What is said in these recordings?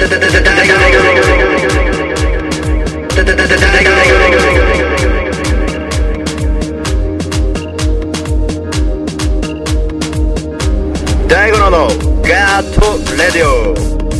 大五郎のガートレディオ。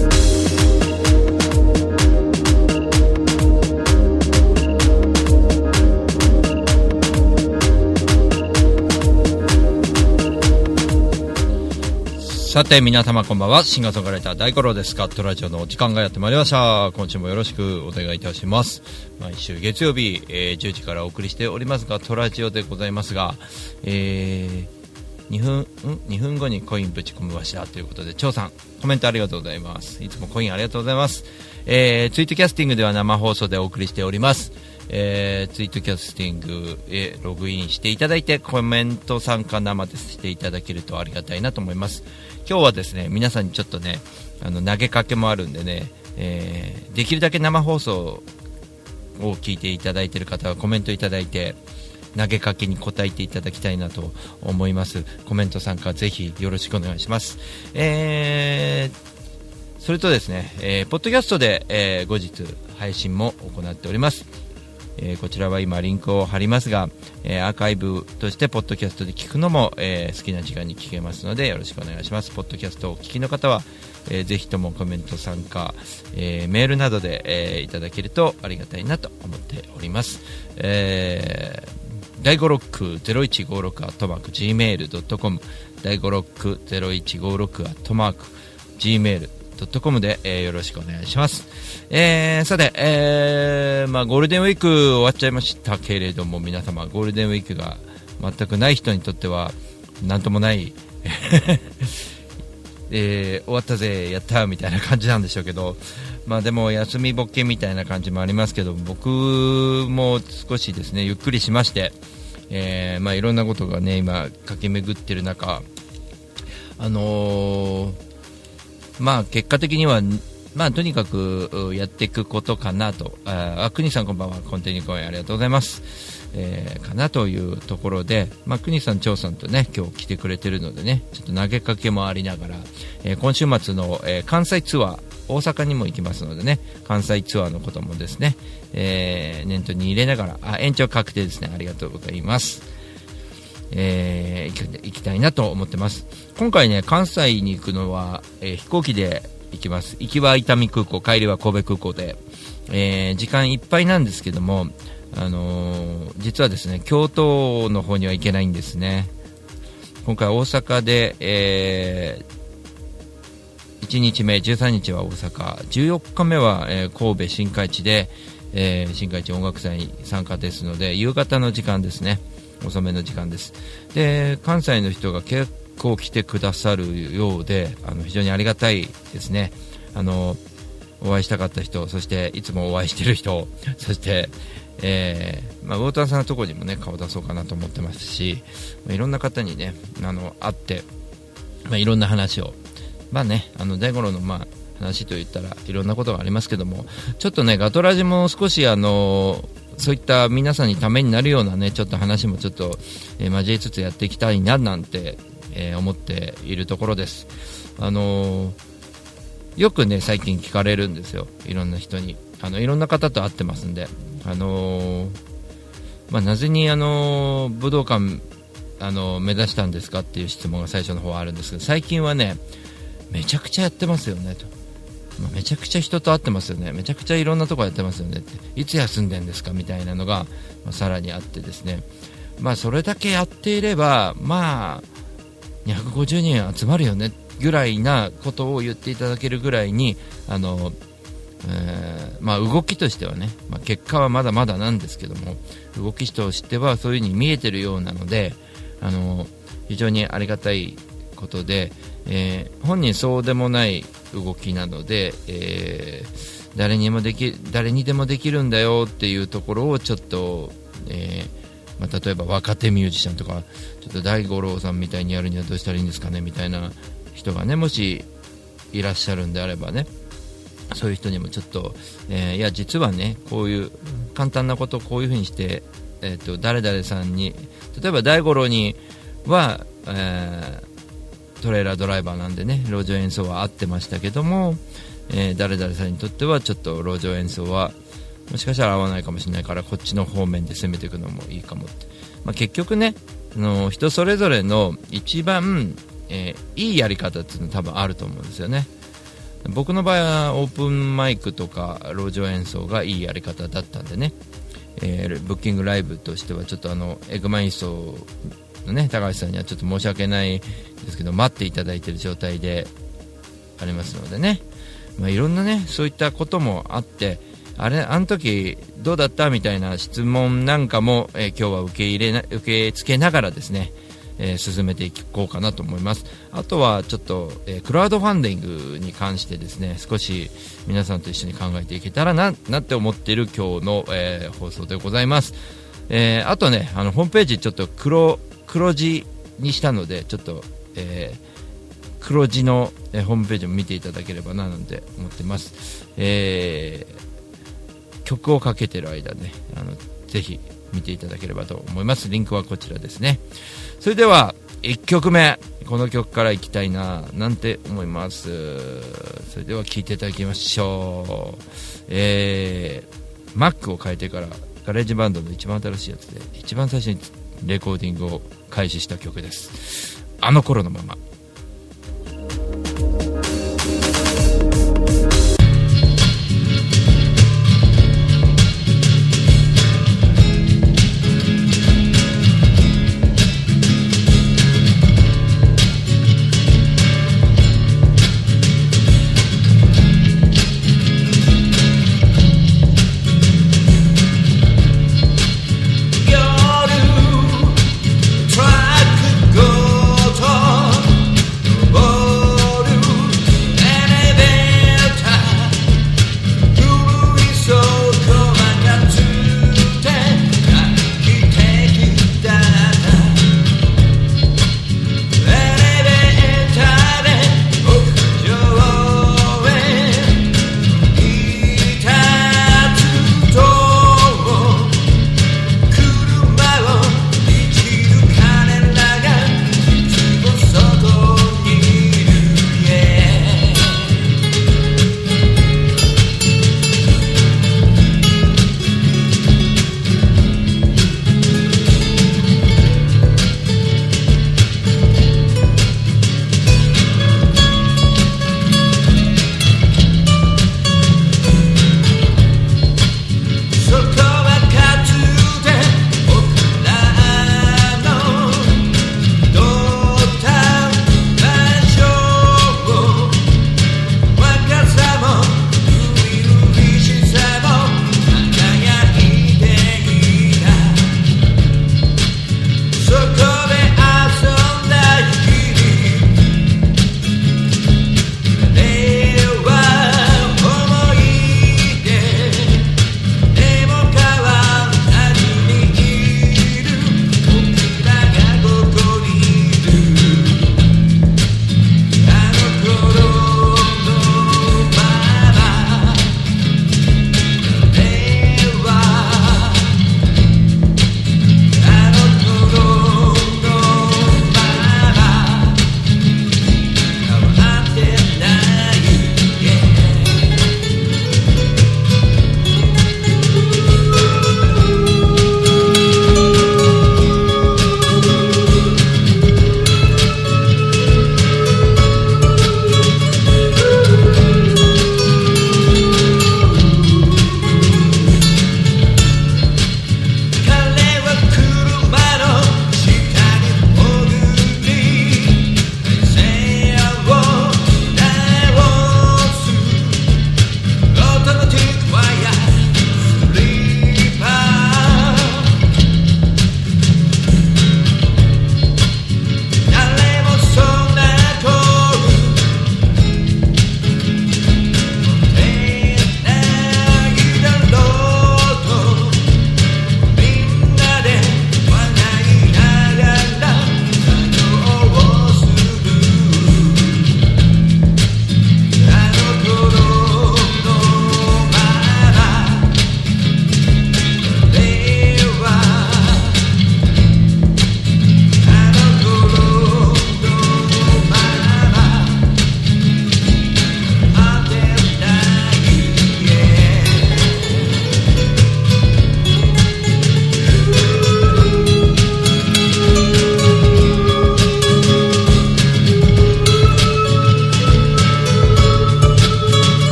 さて皆様こんばんは。シンガーソングライター大五郎です。ガットラジオのお時間がやってまいりました。今週もよろしくお願いいたします。毎週月曜日、10時からお送りしておりますガットラジオでございますが、2分後にコインぶち込むわしだということで、張さんコメントありがとうございます。いつもコインありがとうございます。ツイートキャスティングでは生放送でお送りしております。ツイートキャスティングへログインしていただいてコメント参加生でしていただけるとありがたいなと思います。今日はですね、皆さんにちょっとね投げかけもあるんでね、できるだけ生放送を聞いていただいている方はコメントいただいて投げかけに答えていただきたいなと思います。コメント参加ぜひよろしくお願いします。それとですね、ポッドキャストで、後日配信も行っております。こちらは今リンクを貼りますが、アーカイブとしてポッドキャストで聞くのも、好きな時間に聞けますのでよろしくお願いします。ポッドキャストをお聞きの方は、ぜひともコメント参加、メールなどで、いただけるとありがたいなと思っております。第5ロック 0156@gmail.com 第5ロック 0156@gmail.com で、よろしくお願いします。さて、ゴールデンウィーク終わっちゃいましたけれども、皆様ゴールデンウィークが全くない人にとってはなんともない終わったぜやったみたいな感じなんでしょうけど、でも休みボケみたいな感じもありますけど、僕も少しですねゆっくりしまして、いろんなことがね今駆け巡ってる中、結果的にはとにかくやっていくことかなと。国さんこんばんは。コンティニュー公演ありがとうございます。かなというところで、国さん、張さんとね今日来てくれてるのでね、ちょっと投げかけもありながら、今週末の、関西ツアー大阪にも行きますのでね、関西ツアーのこともですね、念頭に入れながら、延長確定ですね。ありがとうございます。行きたいなと思ってます。今回ね関西に行くのは、飛行機で行きます。行きは伊丹空港、帰りは神戸空港で、時間いっぱいなんですけども、実はですね京都の方には行けないんですね。今回大阪で、1日目13日は大阪、14日目は、神戸新海地で、新海地音楽祭に参加ですので夕方の時間ですね、遅めの時間です。で関西の人が結構来てくださるようで、非常にありがたいですね。お会いしたかった人、そしていつもお会いしている人、そして、ウォーターさんのところにもね顔出そうかなと思ってますし、いろんな方にね会って、いろんな話を大五郎の話といったらいろんなことがありますけども、ちょっとねガトラジも少しそういった皆さんにためになるようなねちょっと話もちょっと、交えつつやっていきたいななんて、思っているところです。よくね最近聞かれるんですよ、いろんな人に。いろんな方と会ってますんで、なぜに武道館目指したんですかっていう質問が最初の方はあるんですけど、最近はねめちゃくちゃやってますよねと、めちゃくちゃ人と会ってますよね、めちゃくちゃいろんなとこやってますよねって、いつ休んでんですかみたいなのが、さらにあってですね、それだけやっていれば250人集まるよねぐらいなことを言っていただけるぐらいに動きとしてはね、結果はまだまだなんですけども、動きとしてはそういう風に見えてるようなので、非常にありがたいことで、本人そうでもない動きなので、誰にでもできるんだよっていうところをちょっと、例えば若手ミュージシャンとかちょっと大五郎さんみたいにやるにはどうしたらいいんですかねみたいな人がねもしいらっしゃるんであればね、そういう人にもちょっと、いや実はねこういう簡単なことをこういうふうにして、誰々さんに、例えば大五郎には、トレーラードライバーなんでね路上演奏は合ってましたけども、 誰々さんにとってはちょっと路上演奏はもしかしたら合わないかもしれないから、こっちの方面で攻めていくのもいいかもって、結局ね、人それぞれの一番、いいやり方っていうの多分あると思うんですよね。僕の場合はオープンマイクとか路上演奏がいいやり方だったんでね、ブッキングライブとしてはちょっとエグマイン奏のね、高橋さんにはちょっと申し訳ないですけど、待っていただいている状態でありますのでね、いろんなね、そういったこともあって、あの時どうだったみたいな質問なんかも、今日は受け付けながらですね、進めていこうかなと思います。あとはちょっと、クラウドファンディングに関してですね、少し皆さんと一緒に考えていけたらなって思っている今日の、放送でございます。あとね、ホームページちょっと黒字にしたので、ちょっと、黒字の、ホームページを見ていただければななんて思ってます。曲をかけてる間ね、ぜひ見ていただければと思います。リンクはこちらですね。それでは1曲目、この曲からいきたいななんて思います。それでは聴いていただきましょう。Mac を変えてからガレージバンドの一番新しいやつで一番最初にレコーディングを開始した曲です。あの頃のまま。 夜トラックごと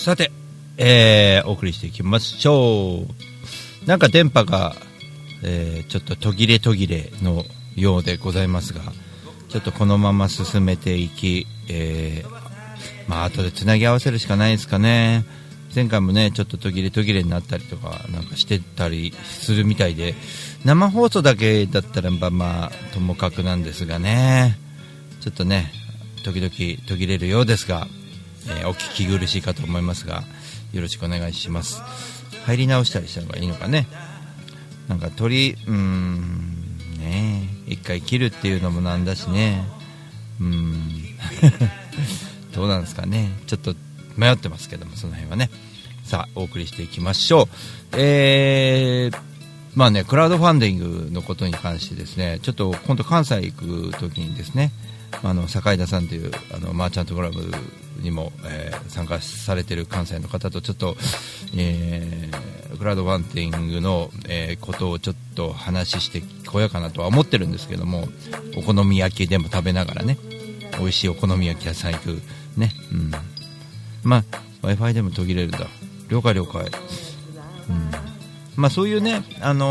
さて、お送りしていきましょう。なんか電波が、ちょっと途切れのようでございますが、ちょっとこのまま進めていき、後でつなぎ合わせるしかないですかね。前回もねちょっと途切れになったりとかなんかしてたりするみたいで、生放送だけだったらともかくなんですがね、ちょっとね時々途切れるようですが、お聞き苦しいかと思いますがよろしくお願いします。入り直したりした方がいいのかね。なんかね一回切るっていうのもなんだしね、どうなんですかね。ちょっと迷ってますけども、その辺はね。さあお送りしていきましょう。クラウドファンディングのことに関してですね、ちょっと今度関西行く時にですね、坂井田さんというマーチャントクラブにも、参加されている関西の方とちょっと、クラウドファンディングの、ことをちょっと話してこようかなとは思ってるんですけども、お好み焼きでも食べながらね、美味しいお好み焼き屋さん行くね、Wi-Fi でも途切れるんだ。了解、そういうね、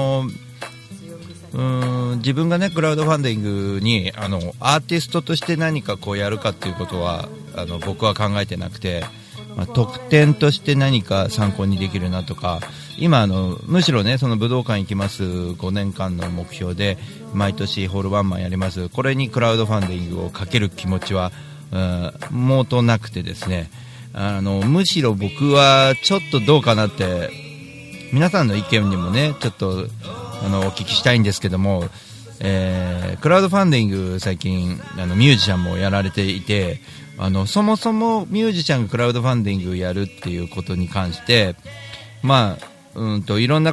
自分がねクラウドファンディングにアーティストとして何かこうやるかっていうことは僕は考えてなくて、特典として何か参考にできるなとか、今むしろねその武道館行きます5年間の目標で毎年ホールワンマンやります。これにクラウドファンディングをかける気持ちはもうとなくてですね、むしろ僕はちょっとどうかなって、皆さんの意見にもねちょっとお聞きしたいんですけども、クラウドファンディング最近ミュージシャンもやられていて、そもそもミュージシャンがクラウドファンディングやるっていうことに関していろんな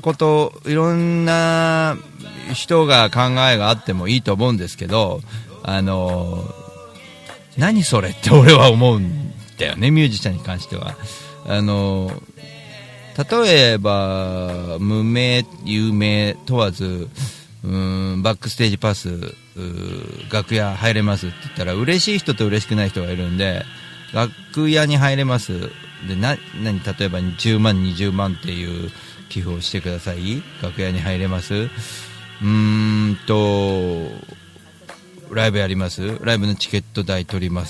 人が考えがあってもいいと思うんですけど、何それって俺は思うんだよね、ミュージシャンに関しては。例えば無名有名問わずバックステージパス楽屋入れますって言ったら嬉しい人と嬉しくない人がいるんで、楽屋に入れますで例えば10万20万っていう寄付をしてください、楽屋に入れます、ライブやります、ライブのチケット代取ります、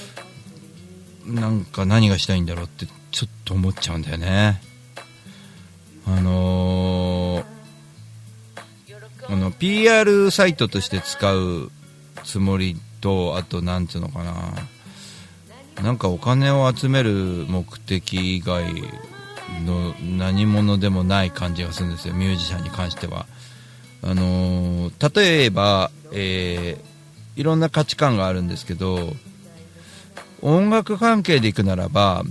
なんか何がしたいんだろうってちょっと思っちゃうんだよね。PR サイトとして使うつもりと、あとなんつうのかな、なんかお金を集める目的以外の何者でもない感じがするんですよ、ミュージシャンに関しては。例えば、いろんな価値観があるんですけど、音楽関係でいくならば、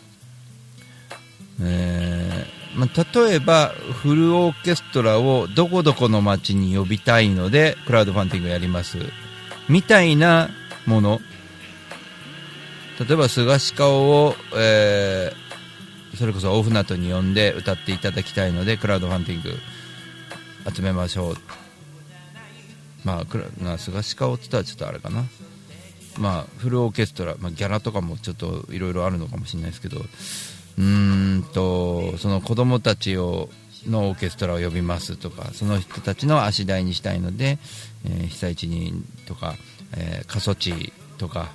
例えばフルオーケストラをどこどこの町に呼びたいのでクラウドファンディングやりますみたいなもの、例えば菅氏顔を、それこそオフナトに呼んで歌っていただきたいのでクラウドファンディング集めましょう。菅氏顔って言ったらちょっとあれかな、フルオーケストラ、ギャラとかもちょっといろいろあるのかもしれないですけど、その子供たちのオーケストラを呼びますとか、その人たちの足台にしたいので、被災地にとか、過疎地とか、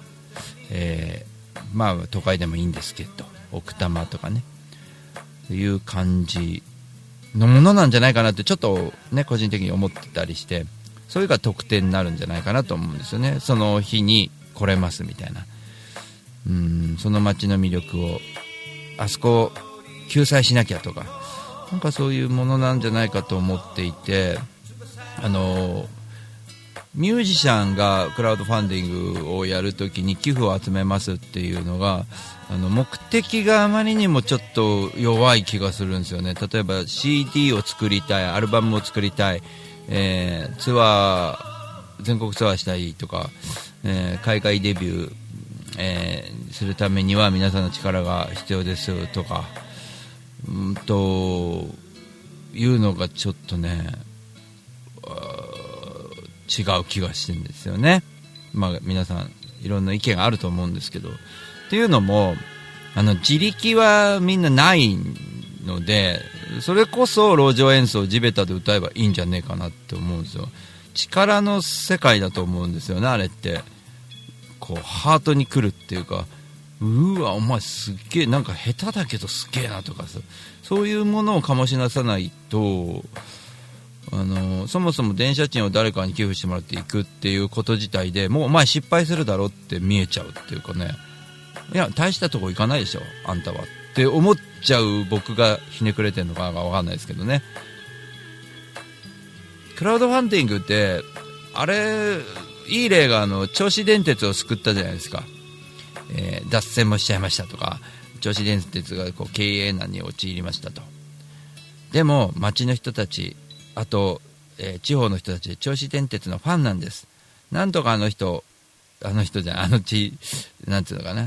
都会でもいいんですけど奥多摩とかね、という感じのものなんじゃないかなってちょっとね個人的に思ってたりして、それが特典になるんじゃないかなと思うんですよね。その日に来れますみたいな、その街の魅力をあそこ救済しなきゃとか、なんかそういうものなんじゃないかと思っていて、ミュージシャンがクラウドファンディングをやるときに寄付を集めますっていうのが目的があまりにもちょっと弱い気がするんですよね。例えば CD を作りたい、アルバムを作りたい、全国ツアーしたいとか、海外デビューするためには皆さんの力が必要ですとかいうのがちょっとね違う気がしてるんですよね。皆さんいろんな意見があると思うんですけど、っていうのも自力はみんなないので、それこそ路上演奏を地べたで歌えばいいんじゃねえかなって思うんですよ。力の世界だと思うんですよね、あれって。こうハートに来るっていうか、うわお前すっげえなんか下手だけどすっげえなとかさ、そういうものを醸し出さないと、そもそも電車賃を誰かに寄付してもらっていくっていうこと自体でもうお前失敗するだろって見えちゃうっていうかね、いや大したとこ行かないでしょあんたはって思っちゃう僕がひねくれてるのかわかんないですけどね。クラウドファンディングってあれいい例が銚子電鉄を救ったじゃないですか。脱線もしちゃいましたとか、銚子電鉄がこう経営難に陥りましたと。でも町の人たち、あと、地方の人たち、銚子電鉄のファンなんです。なんとかなんていうのかな、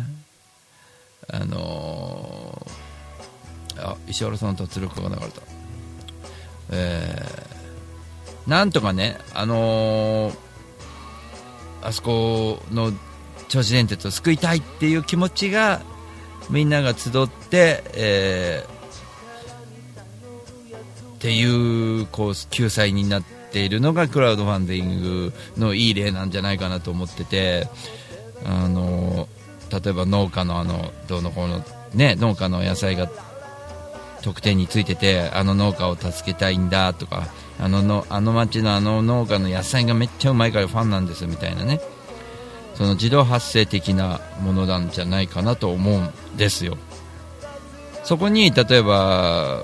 石原さんの脱力が流れた。なんとかね、あそこの銚子電鉄を救いたいっていう気持ちがみんなが集って、っていうこう救済になっているのがクラウドファンディングのいい例なんじゃないかなと思ってて、例えば農家のどうのこうのね、農家の野菜が特典についてて、農家を助けたいんだとか、町の農家の野菜がめっちゃうまいからファンなんですみたいなね、その自動発生的なものなんじゃないかなと思うんですよ。そこに例えば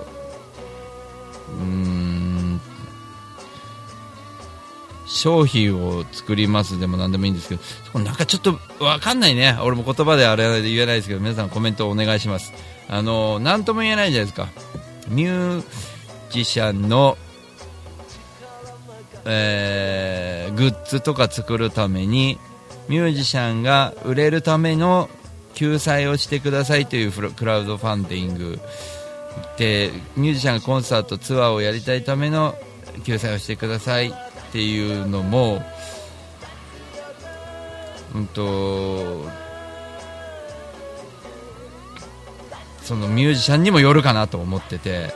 商品を作りますでも何でもいいんですけど、そこなんかちょっと分かんないね、俺も言葉であれで言えないですけど、皆さんコメントをお願いします。何とも言えないじゃないですか。ミュージシャンの、グッズとか作るためにミュージシャンが売れるための救済をしてくださいというクラウドファンディングで、ミュージシャンがコンサートツアーをやりたいための救済をしてくださいっていうのも、そのミュージシャンにもよるかなと思ってて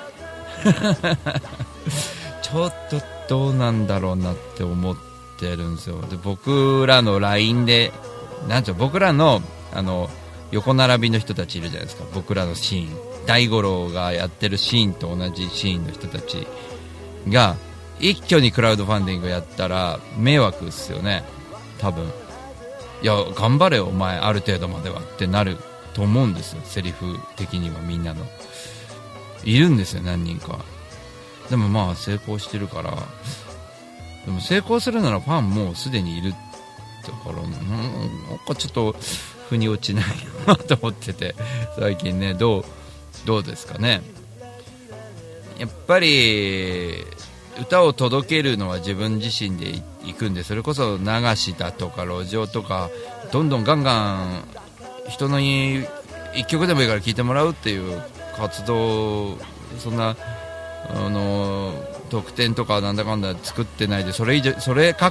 ちょっとどうなんだろうなって思ってるんですよ。で、僕らの LINE で僕らの横並びの人たちいるじゃないですか。僕らのシーン、大五郎がやってるシーンと同じシーンの人たちが一挙にクラウドファンディングやったら迷惑っすよね多分。いや頑張れよお前ある程度まではってなると思うんですよ。セリフ的にはみんなのいるんですよ何人か。でもまあ成功してるから、でも成功するならファンもうすでにいるだからなんかちょっと腑に落ちないなと思ってて最近ね。どうですかね。やっぱり歌を届けるのは自分自身で行くんで、それこそ流しだとか路上とかどんどんガンガン人の一曲でもいいから聴いてもらうっていう活動、そんな特典とかなんだかんだ作ってないで、それ書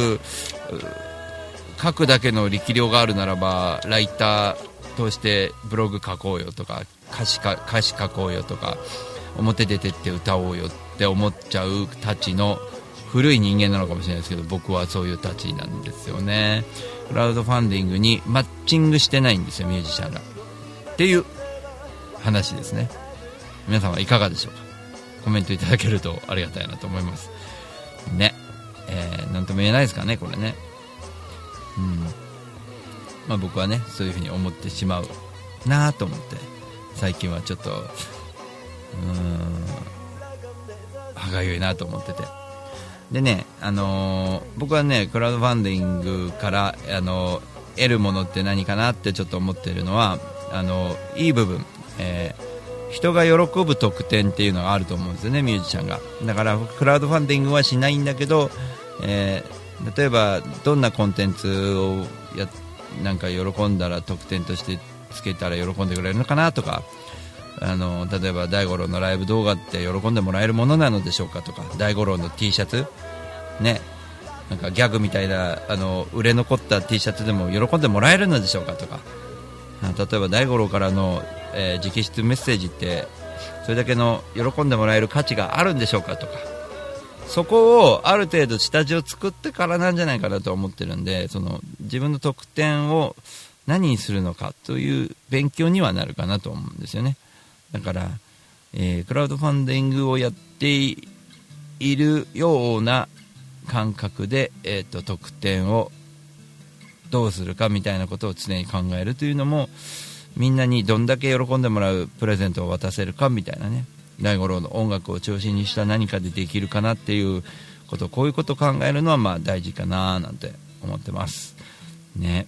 くだけの力量があるならばライターとしてブログ書こうよとか歌詞書こうよとか表出てって歌おうよって思っちゃうたちの古い人間なのかもしれないですけど、僕はそういうたちなんですよね。クラウドファンディングにマッチングしてないんですよミュージシャンがっていう話ですね。皆さんはいかがでしょうか。コメントいただけるとありがたいなと思いますね。なんとも言えないですからねこれね。まあ僕はねそういう風に思ってしまうなと思って最近はちょっと歯がゆいなと思ってて。でね、僕はねクラウドファンディングから得るものって何かなってちょっと思っているのは、いい部分、人が喜ぶ特典っていうのがあると思うんですよねミュージシャンが。だからクラウドファンディングはしないんだけど、例えばどんなコンテンツをなんか喜んだら特典としてつけたら喜んでくれるのかなとか、例えば大五郎のライブ動画って喜んでもらえるものなのでしょうかとか、大五郎の T シャツね、なんかギャグみたいな売れ残った T シャツでも喜んでもらえるのでしょうかとか、 例えば大五郎からの、直筆メッセージってそれだけの喜んでもらえる価値があるんでしょうかとか、そこをある程度下地を作ってからなんじゃないかなと思ってるんで、その自分の得点を何にするのかという勉強にはなるかなと思うんですよね。だから、クラウドファンディングをやっているような感覚で、得点をどうするかみたいなことを常に考えるというのも、みんなにどんだけ喜んでもらうプレゼントを渡せるかみたいなね、大五郎の音楽を中心にした何かでできるかなっていうこと、こういうことを考えるのはまあ大事かななんて思ってますね。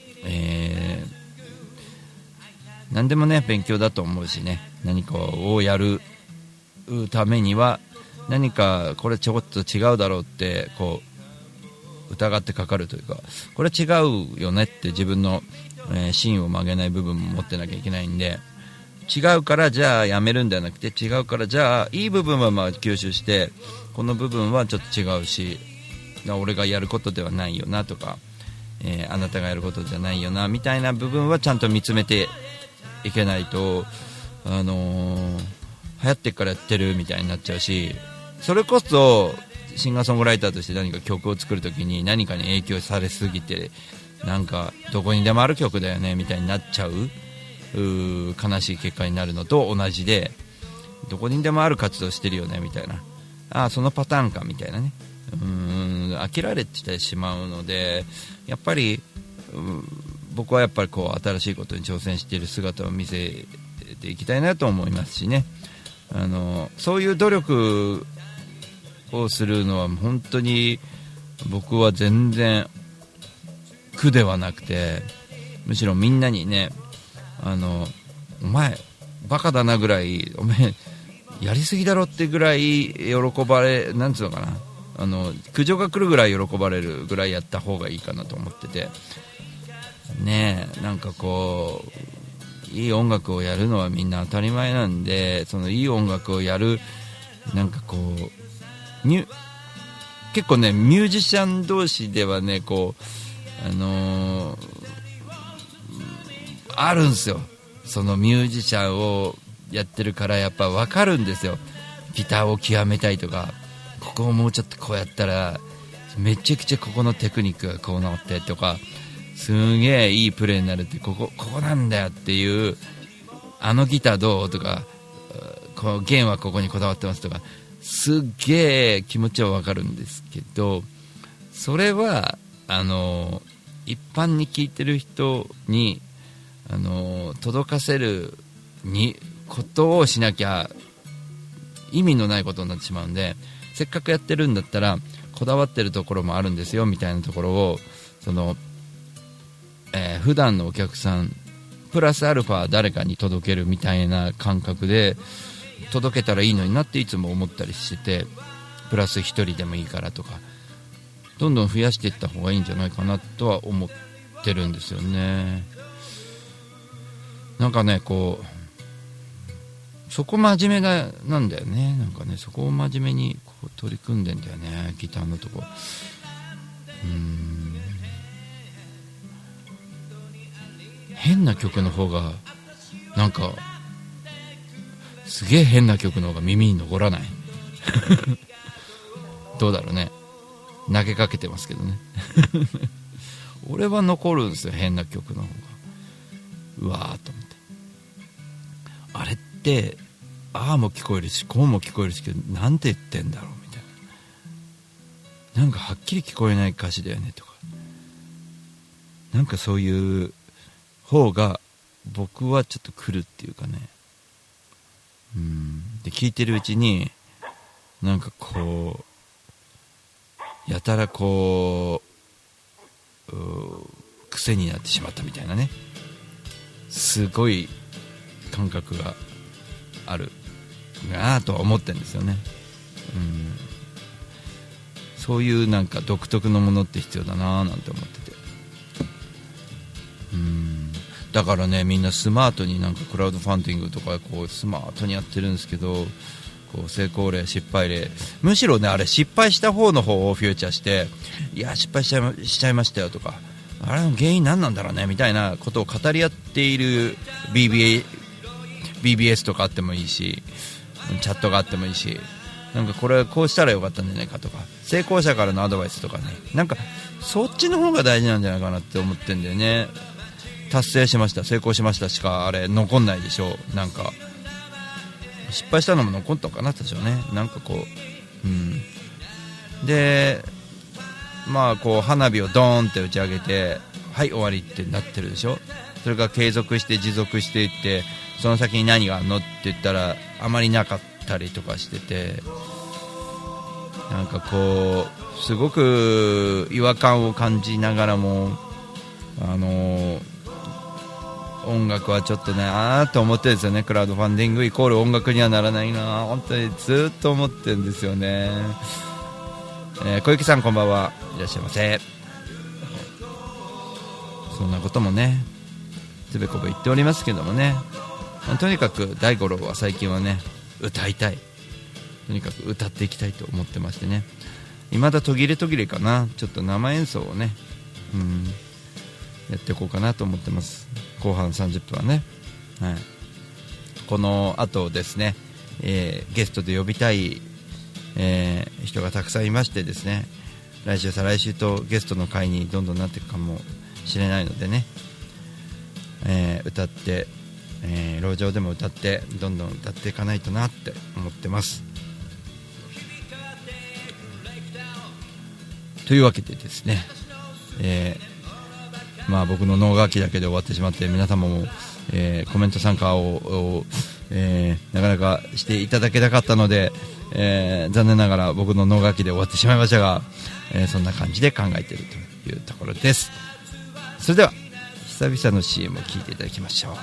何でもね勉強だと思うしね、何かをやるためには何かこれちょっと違うだろうってこう疑ってかかるというか、これ違うよねって自分の、芯を曲げない部分も持ってなきゃいけないんで、違うからじゃあやめるんではなくて、違うからじゃあいい部分はまあ吸収して、この部分はちょっと違うし、俺がやることではないよなとか、あなたがやることじゃないよなみたいな部分はちゃんと見つめていけないと、流行ってっからやってるみたいになっちゃうし、それこそシンガーソングライターとして何か曲を作るときに何かに影響されすぎて、なんかどこにでもある曲だよねみたいになっちゃう悲しい結果になるのと同じで、どこにでもある活動してるよねみたいな、ああそのパターンかみたいなね、飽きられてしまうので、やっぱり僕はやっぱりこう新しいことに挑戦している姿を見せていきたいなと思いますしね、そういう努力をするのは本当に僕は全然苦ではなくて、むしろみんなにね、お前バカだなぐらい、お前やりすぎだろってぐらい喜ばれ、なんつうのかな、苦情が来るぐらい喜ばれるぐらいやった方がいいかなと思っててね。なんかこういい音楽をやるのはみんな当たり前なんで、そのいい音楽をやる、なんかこう結構ねミュージシャン同士ではね、こうあるんですよ。そのミュージシャンをやってるからやっぱ分かるんですよ。ギターを極めたいとか、ここをもうちょっとこうやったらめちゃくちゃここのテクニックがこうなってとか、すげえいいプレーになるって、ここなんだよっていう、あのギターどうとか、この弦はここにこだわってますとか、すっげえ気持ちは分かるんですけど、それは一般に聞いてる人に届かせることをしなきゃ意味のないことになってしまうんで、せっかくやってるんだったらこだわってるところもあるんですよみたいなところを、普段のお客さんプラスアルファ誰かに届けるみたいな感覚で届けたらいいのになっていつも思ったりしてて、プラス1人でもいいからとか、どんどん増やしていった方がいいんじゃないかなとは思ってるんですよね。なんかね、こうそこ真面目なんだよね。なんかね、そこを真面目にこう取り組んでんだよね、ギターのとこ。変な曲の方がなんかすげえ変な曲の方が耳に残らないどうだろうね、投げかけてますけどね俺は残るんですよ、変な曲の方が。うわーと思って、あれってああも聞こえるしこうも聞こえるしけど、なんて言ってんだろうみたいな、なんかはっきり聞こえない歌詞だよねとか、なんかそういう方が僕はちょっと来るっていうかね。で聞いてるうちになんかこうやたらこう癖になってしまったみたいなね、すごい感覚があるなぁとは思ってるんですよね。そういうなんか独特のものって必要だなぁなんて思ってて、だからね、みんなスマートになんかクラウドファンディングとかこうスマートにやってるんですけど、こう成功例失敗例、むしろね、あれ失敗した方の方をフューチャーして、いや失敗しちゃいましたよとか、 あれの原因何なんだろうねみたいなことを語り合っている BBS とかあってもいいし、チャットがあってもいいし、なんかこれこうしたらよかったんじゃないかとか、成功者からのアドバイスとかね、なんかそっちの方が大事なんじゃないかなって思ってんだよね。達成しました、成功しましたしかあれ残んないでしょ。なんか失敗したのも残ったのかな多少ね。なんかこう、でまあこう花火をドーンって打ち上げてはい終わりってなってるでしょ。それが継続して持続していって、その先に何があるのって言ったらあまりなかったりとかしてて、なんかこうすごく違和感を感じながらも音楽はちょっとねと思ってるんですよね。クラウドファンディングイコール音楽にはならないな、本当にずっと思ってるんですよね。小池さんこんばんは、いらっしゃいませ。そんなこともねつべこべ言っておりますけどもね、とにかく大五郎は最近はね歌いたい、とにかく歌っていきたいと思ってましてね、未だ途切れ途切れかな、ちょっと生演奏をね、やっていこうかなと思ってます。後半30分はね、はい、この後ですね、ゲストで呼びたい、人がたくさんいましてですね、来週再来週とゲストの会にどんどんなっていくかもしれないのでね、歌って、路上でも歌ってどんどん歌っていかないとなって思ってます。というわけでですね、まあ僕の脳楽器だけで終わってしまって、皆様も、コメント参加を、なかなかしていただけなかったので、残念ながら僕の脳楽器で終わってしまいましたが、そんな感じで考えているというところです。それでは久々の CM を聴いていただきましょう。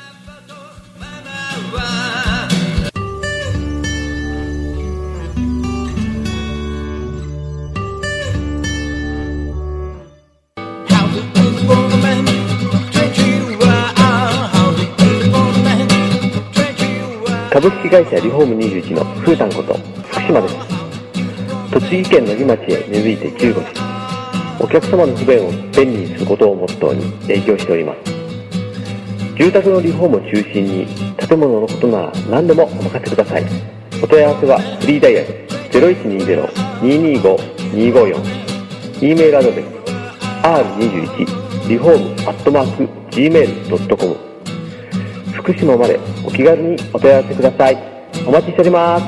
株式会社リフォーム21のふーたんこと福島です。栃木県の湯町へ根付いて15年、お客様の不便を便利にすることをモットーに営業しております。住宅のリフォームを中心に建物のことなら何でもお任せください。お問い合わせはフリーダイヤル 0120-225-254、 E メールアドレス r21reform@gmail.com、福島までお気軽にお問い合わせください。お待ちしております。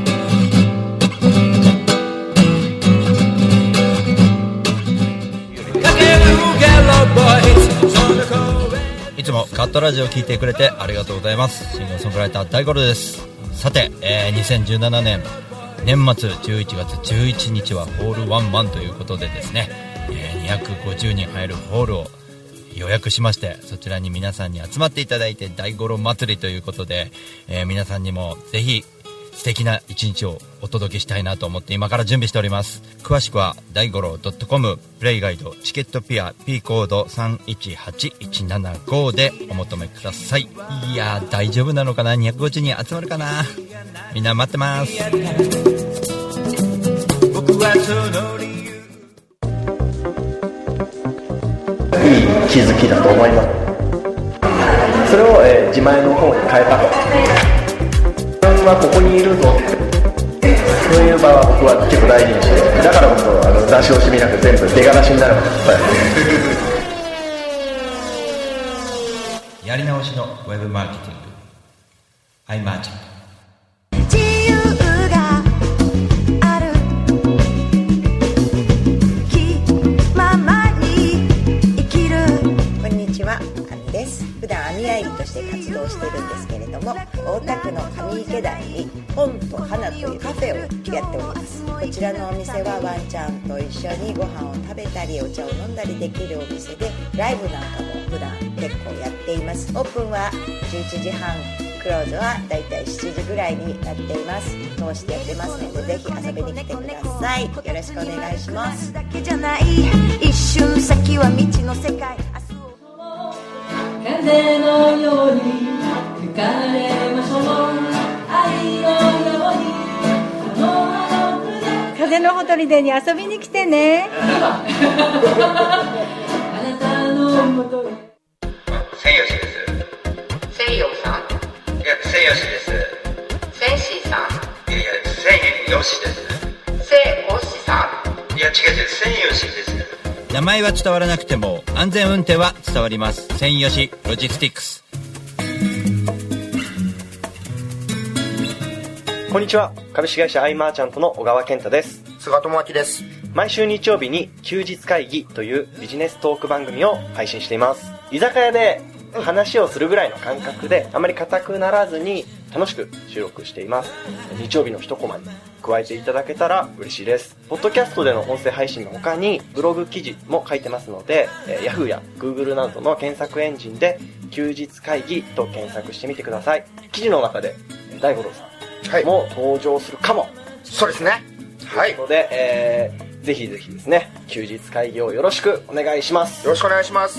いつもカットラジオを聞いてくれてありがとうございます。シンガーソングライター大五郎です。さて、2017年年末11月11日はホールワンマンということでですね、250人入るホールを予約しまして、そちらに皆さんに集まっていただいて大五郎祭りということで、皆さんにもぜひ素敵な一日をお届けしたいなと思って今から準備しております。詳しくは大五郎 .com プレイガイドチケットピア P コード318175でお求めください。いやー大丈夫なのかな、250人集まるかな、みんな待ってます。僕はその理由、 いい気づきだと思います。それを、自前の方に変えたと。自分はここにいるぞ、そういう場は僕は結構大事にして、だからこそ出し惜しみなく全部出がらしになる。 やり直しのウェブマーケティング iMarket。 普段網やいりとして活動してるんですけれども、大田区の上池台に本と花というカフェをやっております。こちらのお店はワンちゃんと一緒にご飯を食べたりお茶を飲んだりできるお店で、ライブなんかも普段結構やっています。オープンは11時半、クローズはだいたい7時ぐらいになっています。通してやってますので、ぜひ遊びに来てください。よろしくお願いします。一瞬先は未知の世界、 風のように吹かれましょう、愛のように風のほとりでに遊びに来てね。あなた元へ。 千吉です。 西洋さん、 いや、千吉です。 千シさん、 いやいや、千吉です。 西おしさいや、違う違う、千吉です。 名前は伝わらなくても安全運転は伝わります。千吉ロジスティックス。 こんにちは。株式会社アイマーチャントの小川健太です。 菅智明です。 毎週日曜日に休日会議というビジネストーク番組を配信しています。居酒屋で話をするぐらいの感覚であまり硬くならずに楽しく収録しています。日曜日の一コマに加えていただけたら嬉しいです。ポッドキャストでの音声配信の他にブログ記事も書いてますので、Yahoo や Google などの検索エンジンで休日会議と検索してみてください。記事の中で大五郎さんも登場するかも。 そうですね。はい。 ということで、ぜひぜひですね、休日会議をよろしくお願いします。 よろしくお願いします。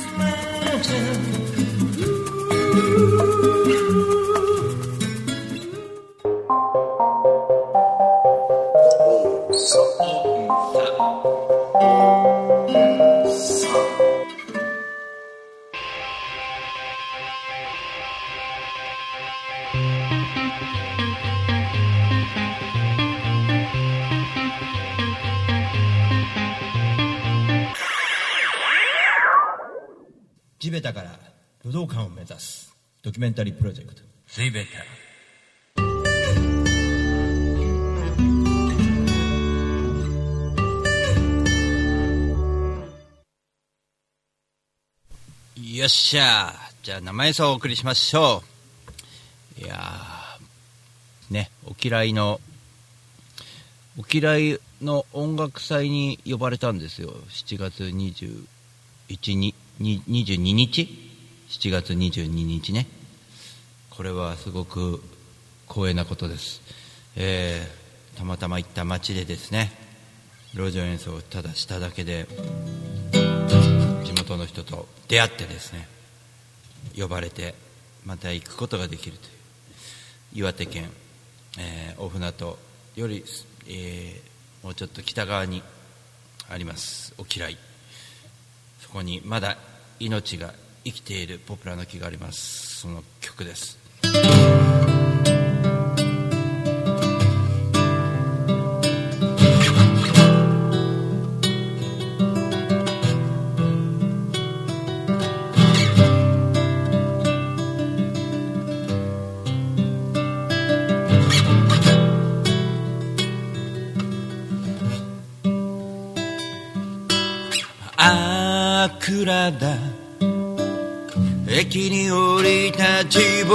地べたから武道館を目指すドキュメンタリープロジェクト地べた。よっしゃ、じゃあ生演奏をお送りしましょう。いやーね、お嫌いの音楽祭に呼ばれたんですよ。7月22日7月22日ね。これはすごく光栄なことです。たまたま行った街でですね、路上演奏をただしただけで地元の人と出会ってですね、呼ばれてまた行くことができるという岩手県、大船渡より、もうちょっと北側にありますお嫌い、そこにまだ命が生きているポプラの木があります。その曲です。暗だ駅に降りたち僕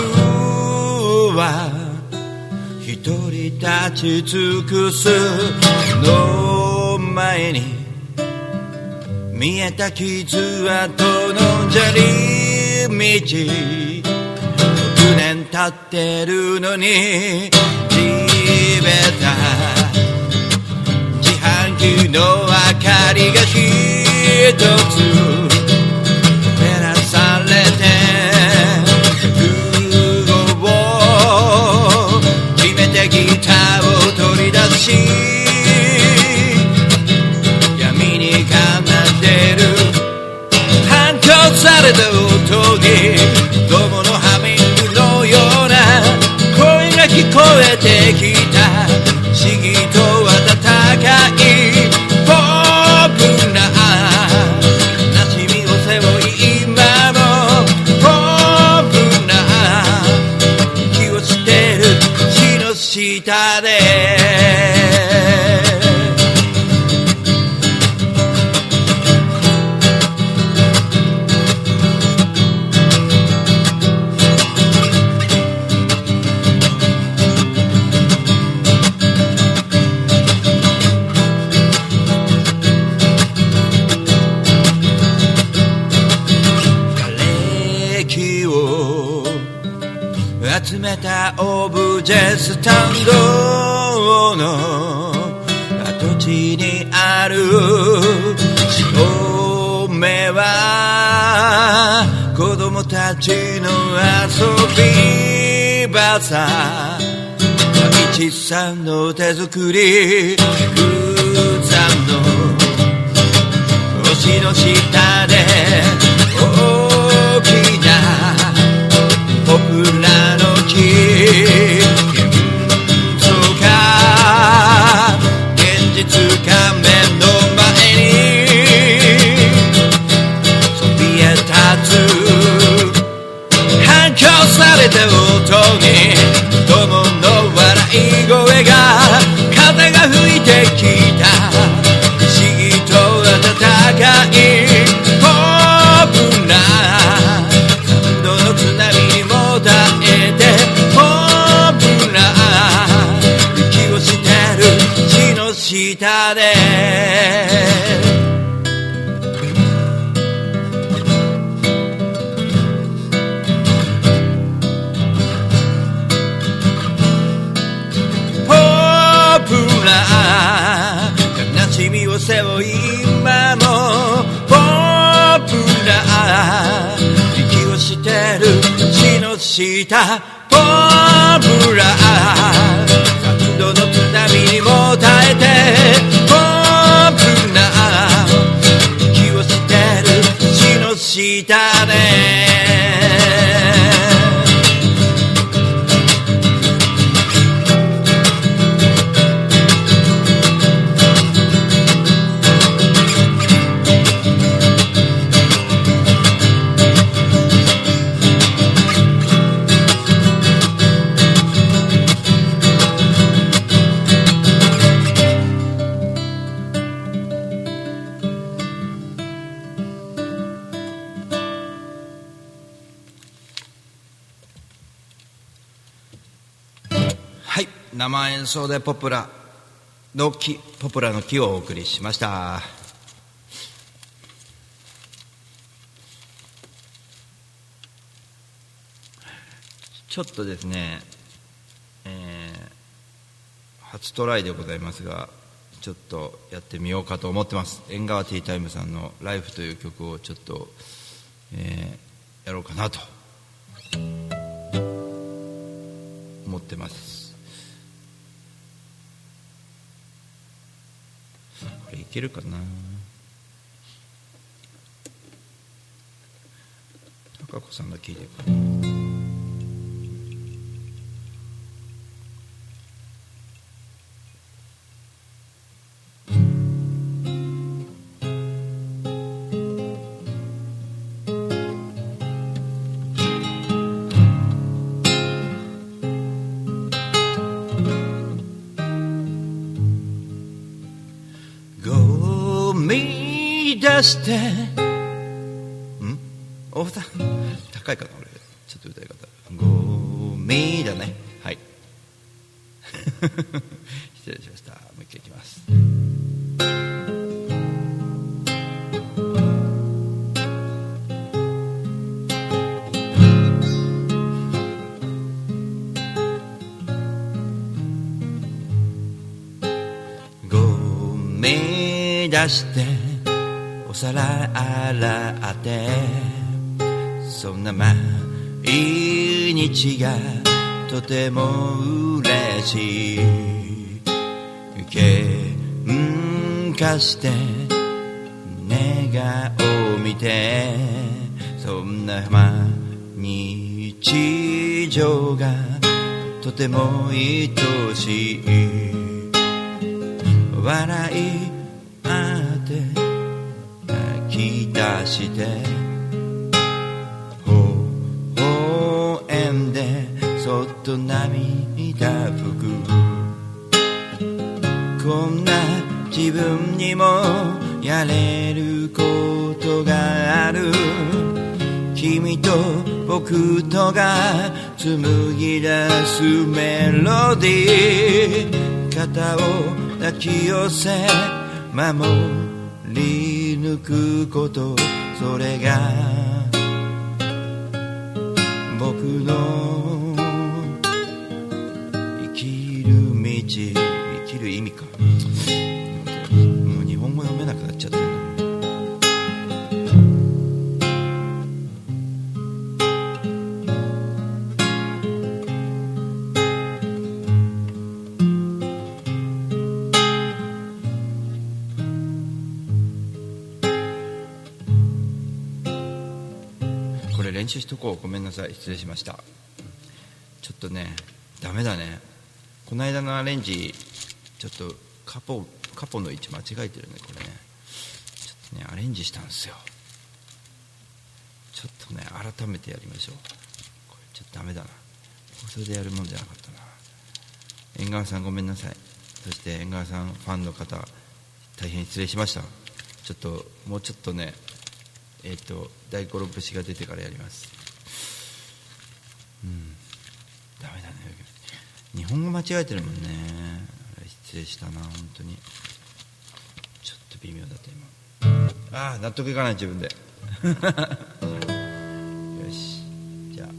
は一人立ち尽くすの前に見えた傷跡の砂利道、6年経ってるのに地べた、自販機の明かりが一つ照らされて空を決めてギターを取り出し闇に奏でる反響された音にどものハミングのような声が聞こえてきた。不思議と温かいポップな馴染みを背負い今もポップな息をしてる地の下で集めたオブジェスタンドの跡地にある照明は子供たちの遊び場さ。一さんの手作り空山の星の下できな僕らの気そうか現実仮面の前にそびえ立つ反響された音に友の笑い声が風が吹いてきた不思議と暖かいポップな感動の津波にも耐えてポップな息をしてる地の下で悲しみを背負い今もポップな息をしてる地の下ポップな感動の津波にも耐えてポップな息をしてる地の下で生演奏でポプラの木をお送りしました。ちょっとですね、初トライでございますがちょっとやってみようかと思ってます。縁側ティータイムさんのライフという曲をちょっと、やろうかなと思ってます。これいけるかな。高子さんが聴いてるかな。出しておさ高いかな俺ちょっと歌い方ゴミだねはい失礼しました。もう一回いきます。ゴミ出してお皿洗ってそんな毎日がとても嬉しい喧嘩して寝顔見てそんな日常がとても愛しい笑いあって泣き出して微笑んでそっと涙拭くこんな自分にもやれることがある君と僕とが紡ぎ出すメロディー肩を抱き寄せ守り抜くことそれが僕の生きる道生きる意味かもう日本語読めなくなっちゃってる練練習しとこう。ごめんなさい、失礼しました。ちょっとねダメだね。この間のアレンジちょっとカポの位置間違えてるね。これねちょっとねアレンジしたんですよ。ちょっとね改めてやりましょう。これちょっとダメだな。それでやるもんじゃなかったな。縁側さんごめんなさい。そして縁側さんファンの方大変失礼しました。ちょっともうちょっとね大五郎節が出てからやります。ダメだね。日本語間違えてるもんね。失礼したな本当に。ちょっと微妙だった今。納得いかない自分で。よし、じゃあ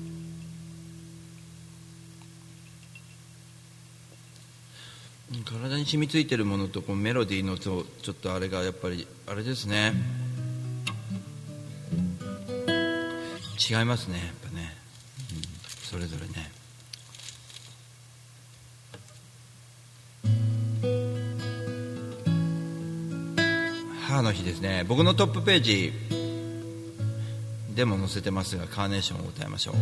体に染みついてるものとこうメロディーのとちょっとあれがやっぱりあれですね。違いますねやっぱね、それぞれね。母の日ですね。僕のトップページでも載せてますが、カーネーションを歌いましょう。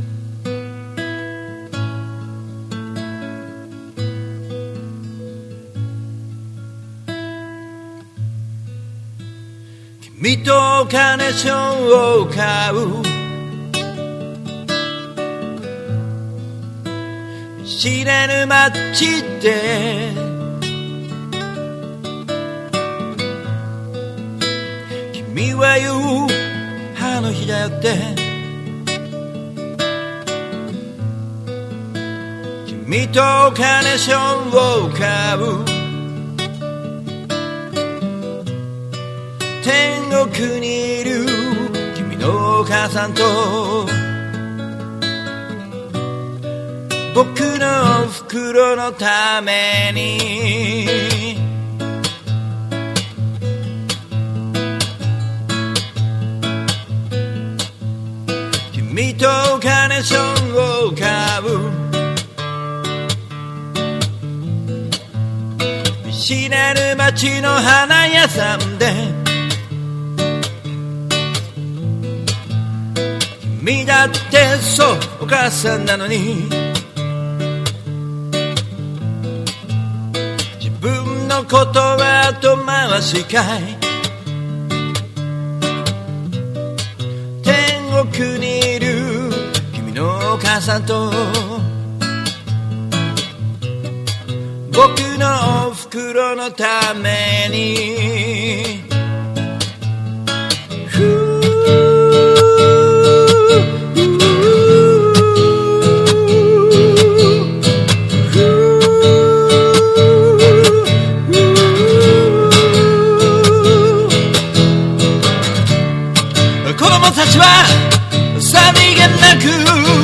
君とカーネーションを買う知れぬ街で君は言う母の日だよって君とカーネーションを買う天国にいる君のお母さんと僕の袋のために君とカーネーションを買う見知らぬ街の花屋さんで君だってそうお母さんなのに自分のことは後回しかい天国にいる君のお母さんと僕のお袋のために私はさりげなく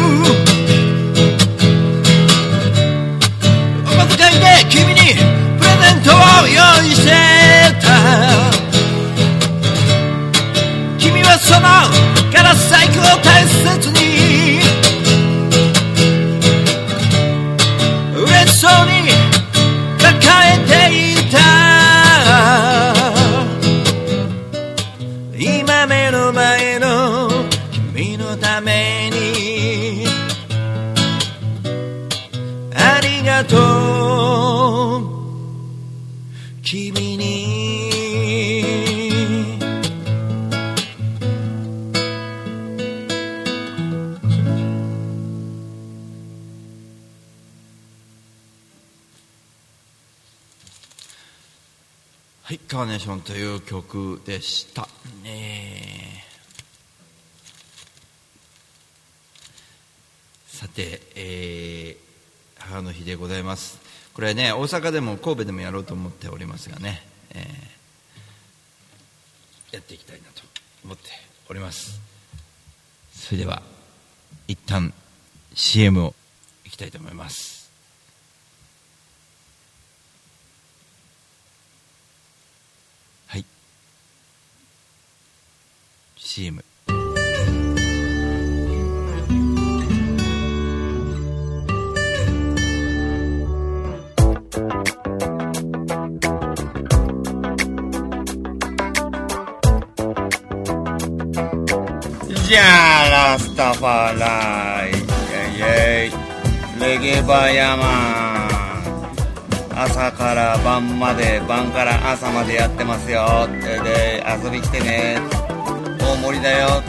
お小遣いで君にプレゼントを用意してた君はそのガラス細工を大切に嬉しそうに抱えていた今目の前の君のためにありがとう君にはい、カーネーションという曲でした。さて、母の日でございます。これね、大阪でも神戸でもやろうと思っておりますがね、やっていきたいなと思っております。それでは一旦 CM をいきたいと思います。はい、 CM。 じゃラスタファライイエイレゲバヤマン朝から晩まで晩から朝までやってますよで遊び来てね大盛りだよ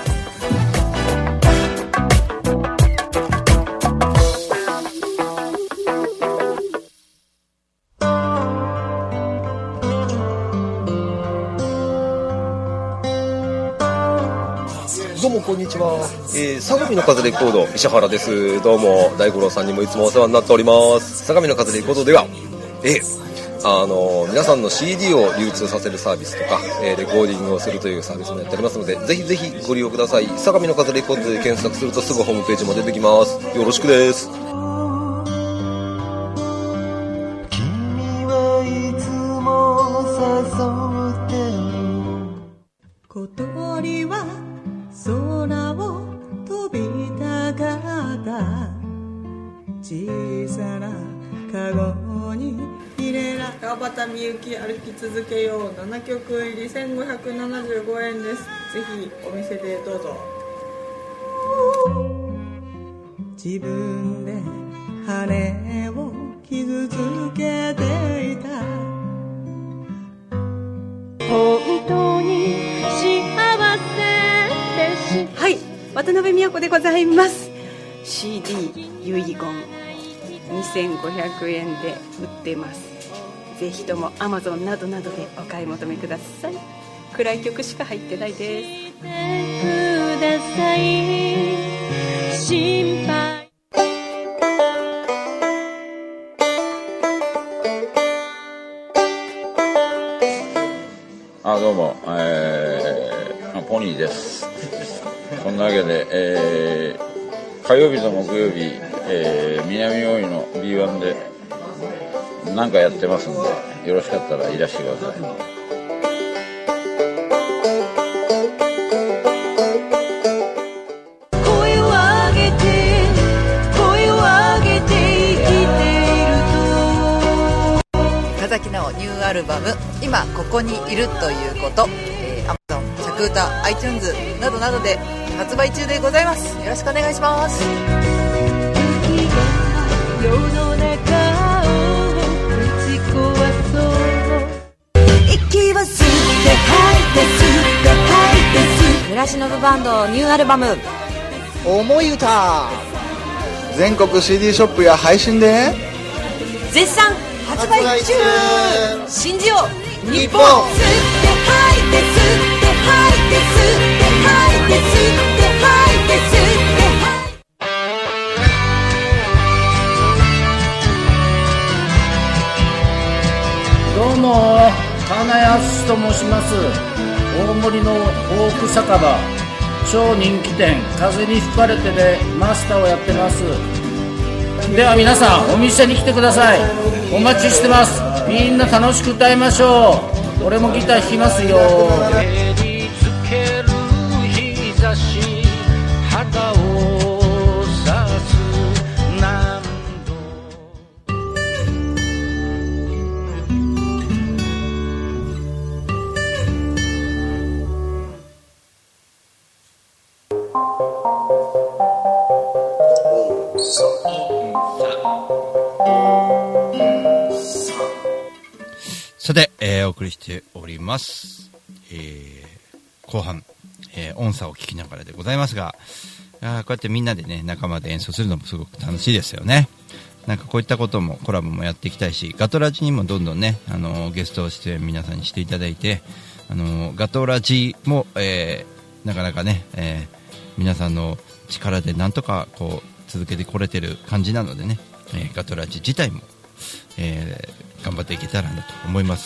どうもこんにちは、相模の風レコード石原です。どうも大五郎さんにもいつもお世話になっております。相模の風レコードでは、皆さんの CD を流通させるサービスとか、レコーディングをするというサービスもやっておりますので、ぜひぜひご利用ください。相模の風レコードで検索するとすぐホームページも出てきます。よろしくです。 君はいつも誘って小鳥は空を飛びたかった小さなカゴに入れら川端美幸歩き続けよう7曲入り1575円です。ぜひお店でどうぞ。自分で羽を傷つけていた本当に幸せはい、渡辺美代子でございます。 CD 遺言2500円で売ってます。ぜひとも Amazon などなどでお買い求めください。暗い曲しか入ってないです。ください心配どうも、ポニーです。そんなわけで、火曜日と木曜日、南大井の B1 で何かやってますんで、よろしかったらいらしてください。 中崎のニューアルバム今ここにいるということ、Amazon、チャクータ、iTunes などなどで発売中でございます。よろしくお願いします。世の中を打ち壊そう息は吸って吐いて吸って吐いて暮らしの部バンドニューアルバム思い歌全国 CD ショップや配信で絶賛発売中。信じよう日本。吸って吐いて吸って吐いて吸って吐いて吸って吐いて吸って吐いて吸ってどうも金谷敦と申します。大森の大奥酒場超人気店風に吹かれてでマスターをやってます。では皆さんお店に来てください。お待ちしてます。みんな楽しく歌いましょう。俺もギター弾きますよ。照りつける日差し肌をさす何度さて、お送りしております。後半、音差を聞きながらでございますが、こうやってみんなでね、仲間で演奏するのもすごく楽しいですよね。なんかこういったこともコラボもやっていきたいし、ガトラジにもどんどんね、ゲスト出演皆さんにしていただいて、ガトラジも、なかなかね、皆さんの力でなんとかこう続けてこれてる感じなのでね、ガトラジ自体も、頑張っていけたらなと思います。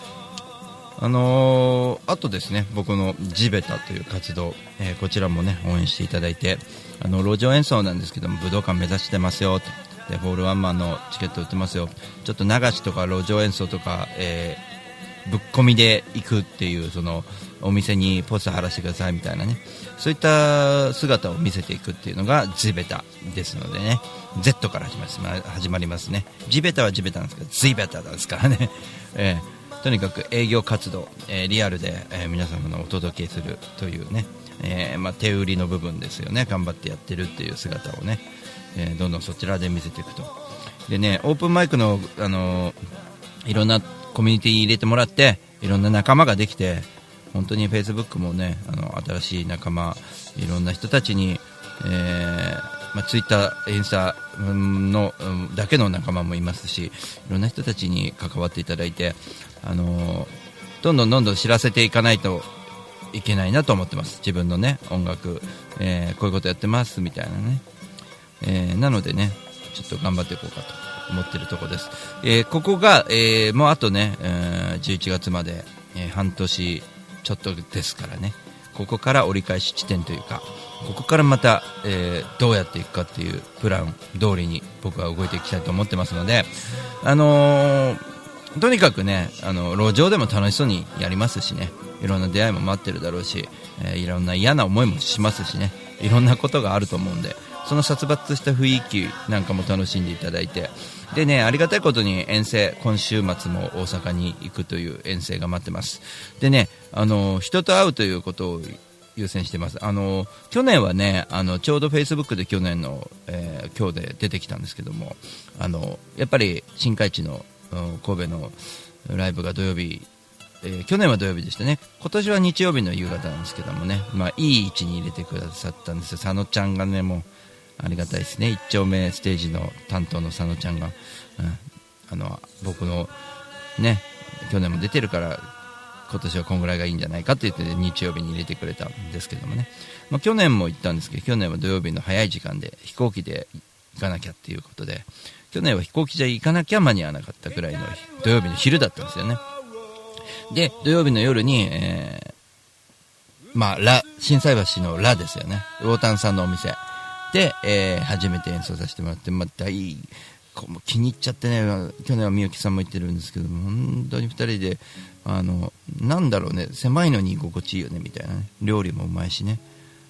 あとですね、僕の地べたという活動、こちらもね応援していただいて、路上演奏なんですけども武道館目指してますよと。でホールワンマンのチケット売ってますよ。ちょっと流しとか路上演奏とか、ぶっ込みで行くっていう、そのお店にポスター貼らせてくださいみたいなね、そういった姿を見せていくっていうのが地べたですのでね、 Z から始まりますね。地べたは地べたなんですけど、地べたですからね、とにかく営業活動、リアルで、皆様のお届けするというね、 手売りの部分ですよね、頑張ってやってるっていう姿をね、どんどんそちらで見せていくと。でね、オープンマイクの、いろんなコミュニティに入れてもらっていろんな仲間ができて、本当に Facebook もね、新しい仲間、いろんな人たちに、Twitter、インスタのだけの仲間もいますし、いろんな人たちに関わっていただいて、どんどん知らせていかないといけないなと思ってます。自分のね、音楽、こういうことやってますみたいなね、なのでね、ちょっと頑張っていこうかと思ってるところです。ここが、もうあとね、11月まで、半年ちょっとですからね、ここから折り返し地点というか、ここからまた、どうやっていくかっていうプラン通りに僕は動いていきたいと思ってますので、とにかくね、路上でも楽しそうにやりますしね、いろんな出会いも待ってるだろうし、いろんな嫌な思いもしますしね、いろんなことがあると思うんで、その殺伐とした雰囲気なんかも楽しんでいただいて、でね、ありがたいことに遠征、今週末も大阪に行くという遠征が待ってます。でね、人と会うということを優先してます。去年はね、ちょうど Facebook で去年の、今日で出てきたんですけども、やっぱり新海地の神戸のライブが土曜日、去年は土曜日でしたね。今年は日曜日の夕方なんですけどもね、いい位置に入れてくださったんですよ。佐野ちゃんがね、もうありがたいですね。一丁目ステージの担当の佐野ちゃんが、僕のね、去年も出てるから今年はこんぐらいがいいんじゃないかって言って日曜日に入れてくれたんですけどもね、去年も行ったんですけど、去年は土曜日の早い時間で飛行機で行かなきゃっていうことで、去年は飛行機じゃ行かなきゃ間に合わなかったくらいの土曜日の昼だったんですよね。で、土曜日の夜に、心斎橋のラですよね、魚丹さんのお店で、初めて演奏させてもらって、気に入っちゃってね、去年はみゆきさんも言ってるんですけども、本当に2人で、なんだろうね、狭いのに居心地いいよねみたいなね、料理もうまいしね、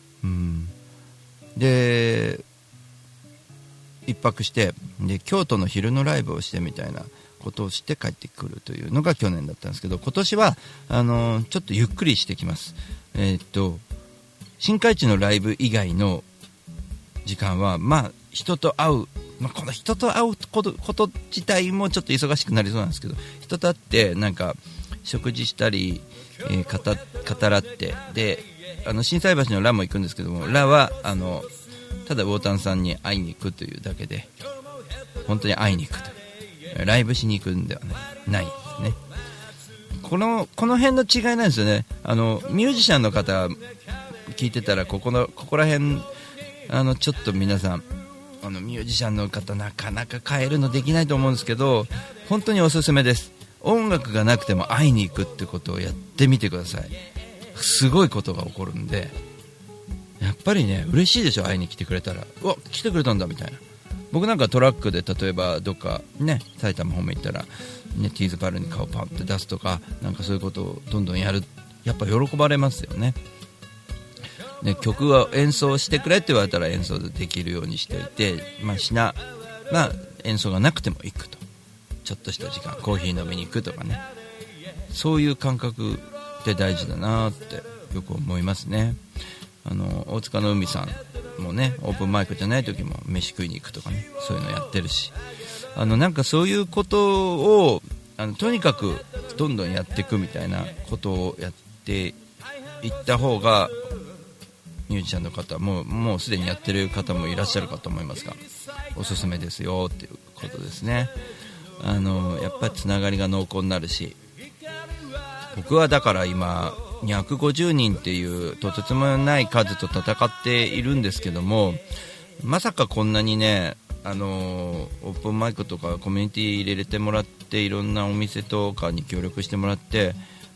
で一泊して、で京都の昼のライブをしてみたいなことをして帰ってくるというのが去年だったんですけど、今年はちょっとゆっくりしてきます。新海地のライブ以外の時間は人と会う、この人と会うこと自体もちょっと忙しくなりそうなんですけど、人と会ってなんか食事したり、語らって、で心斎橋のラも行くんですけども、ラはただ魚丹さんに会いに行くというだけで、本当に会いに行くと、ライブしに行くんではないですね。この辺の違いなんですよね。ミュージシャンの方聞いてたら、ここら辺ちょっと皆さんミュージシャンの方なかなか変えるのできないと思うんですけど、本当におすすめです。音楽がなくても会いに行くってことをやってみてください。すごいことが起こるんで、やっぱりね、嬉しいでしょ、会いに来てくれたら。うわ、来てくれたんだみたいな。僕なんかトラックで例えばどっかね、埼玉方面行ったら、ね、ティーズバルに顔パンって出すとか、なんかそういうことをどんどんやる、やっぱ喜ばれますよね。で、曲は演奏してくれって言われたら演奏できるようにしておいて、演奏がなくても行くと、ちょっとした時間コーヒー飲みに行くとかね、そういう感覚って大事だなってよく思いますね。大塚の海さんもね、オープンマイクじゃない時も飯食いに行くとかね、そういうのやってるし、なんかそういうことをとにかくどんどんやっていくみたいなことをやっていった方が、ミュージシャンの方もうすでにやってる方もいらっしゃるかと思いますが、おすすめですよっていうことですね。やっぱりつながりが濃厚になるし、僕はだから今250人っていうとてつもない数と戦っているんですけども、まさかこんなにね、オープンマイクとかコミュニティ入れてもらって、いろんなお店とかに協力してもらって、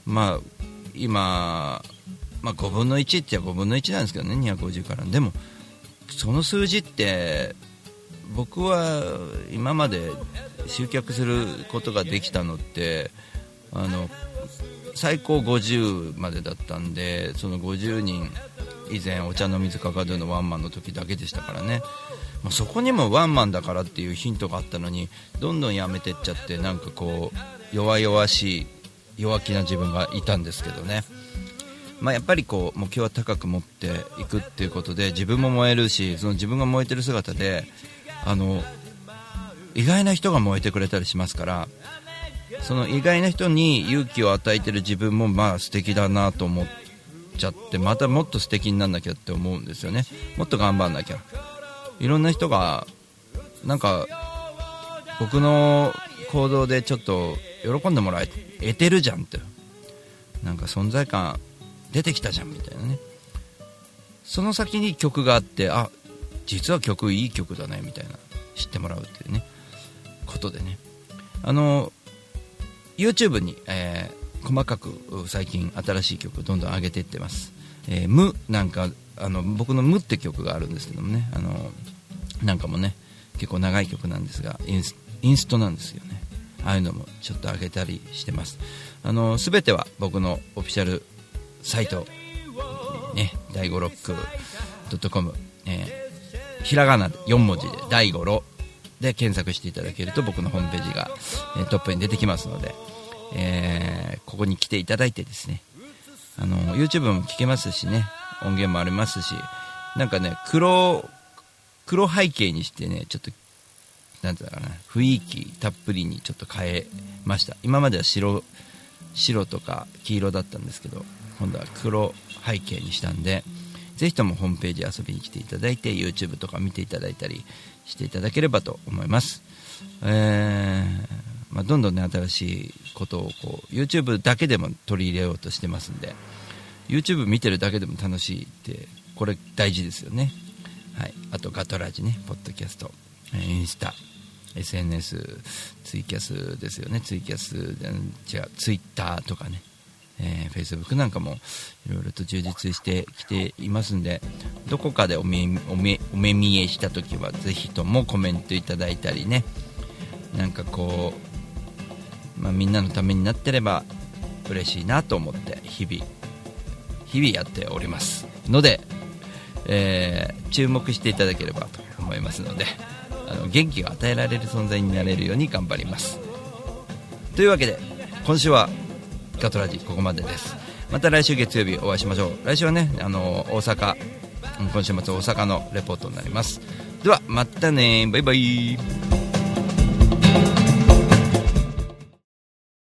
今5分の1って言えば5分の1なんですけどね、250から。でもその数字って僕は今まで集客することができたのって最高50までだったんで、その50人以前お茶の水かかるのワンマンの時だけでしたからね。そこにもワンマンだからっていうヒントがあったのに、どんどんやめてっちゃって、なんかこう弱々しい弱気な自分がいたんですけどね。 やっぱりこう目標は高く持っていくっていうことで、自分も燃えるし、その自分が燃えてる姿で意外な人が燃えてくれたりしますから、その意外な人に勇気を与えてる自分も素敵だなと思っちゃって、またもっと素敵になんなきゃって思うんですよね。もっと頑張んなきゃ。いろんな人がなんか僕の行動でちょっと喜んでもらえてるじゃんって、なんか存在感出てきたじゃんみたいなね。その先に曲があって、実は曲いい曲だねみたいな、知ってもらうっていうねことでね、YouTube に、細かく最近新しい曲どんどん上げていってます。無なんか僕の無って曲があるんですけどもね、なんかもね結構長い曲なんですが、インストなんですよね。ああいうのもちょっと上げたりしてます。すべては僕のオフィシャルサイトね、第五ロック.com、ひらがなで4文字で第五ロで検索していただけると僕のホームページが、トップに出てきますので、ここに来ていただいてですね、YouTube も聞けますしね、音源もありますし、なんかね黒背景にしてね、ちょっとなんていうかな、雰囲気たっぷりにちょっと変えました。今までは白とか黄色だったんですけど、今度は黒背景にしたんで、ぜひともホームページ遊びに来ていただいて YouTube とか見ていただいたりしていただければと思います。どんどんね新しいことをこう YouTube だけでも取り入れようとしてますんで、 YouTube 見てるだけでも楽しいってこれ大事ですよね。はい、あとガトラジね、ポッドキャスト、インスタ、SNS、ツイキャスですよね。ツイキャスじゃツイッターとかね、Facebook なんかもいろいろと充実してきていますんで、どこかでお目見えした時はぜひともコメントいただいたりね、なんかこう、みんなのためになってれば嬉しいなと思って日々やっておりますので、注目していただければと思いますので、元気が与えられる存在になれるように頑張ります。というわけで今週はガトラジここまでです。また来週月曜日お会いしましょう。来週はね大阪、今週末大阪のレポートになります。ではまたね、バイバイ。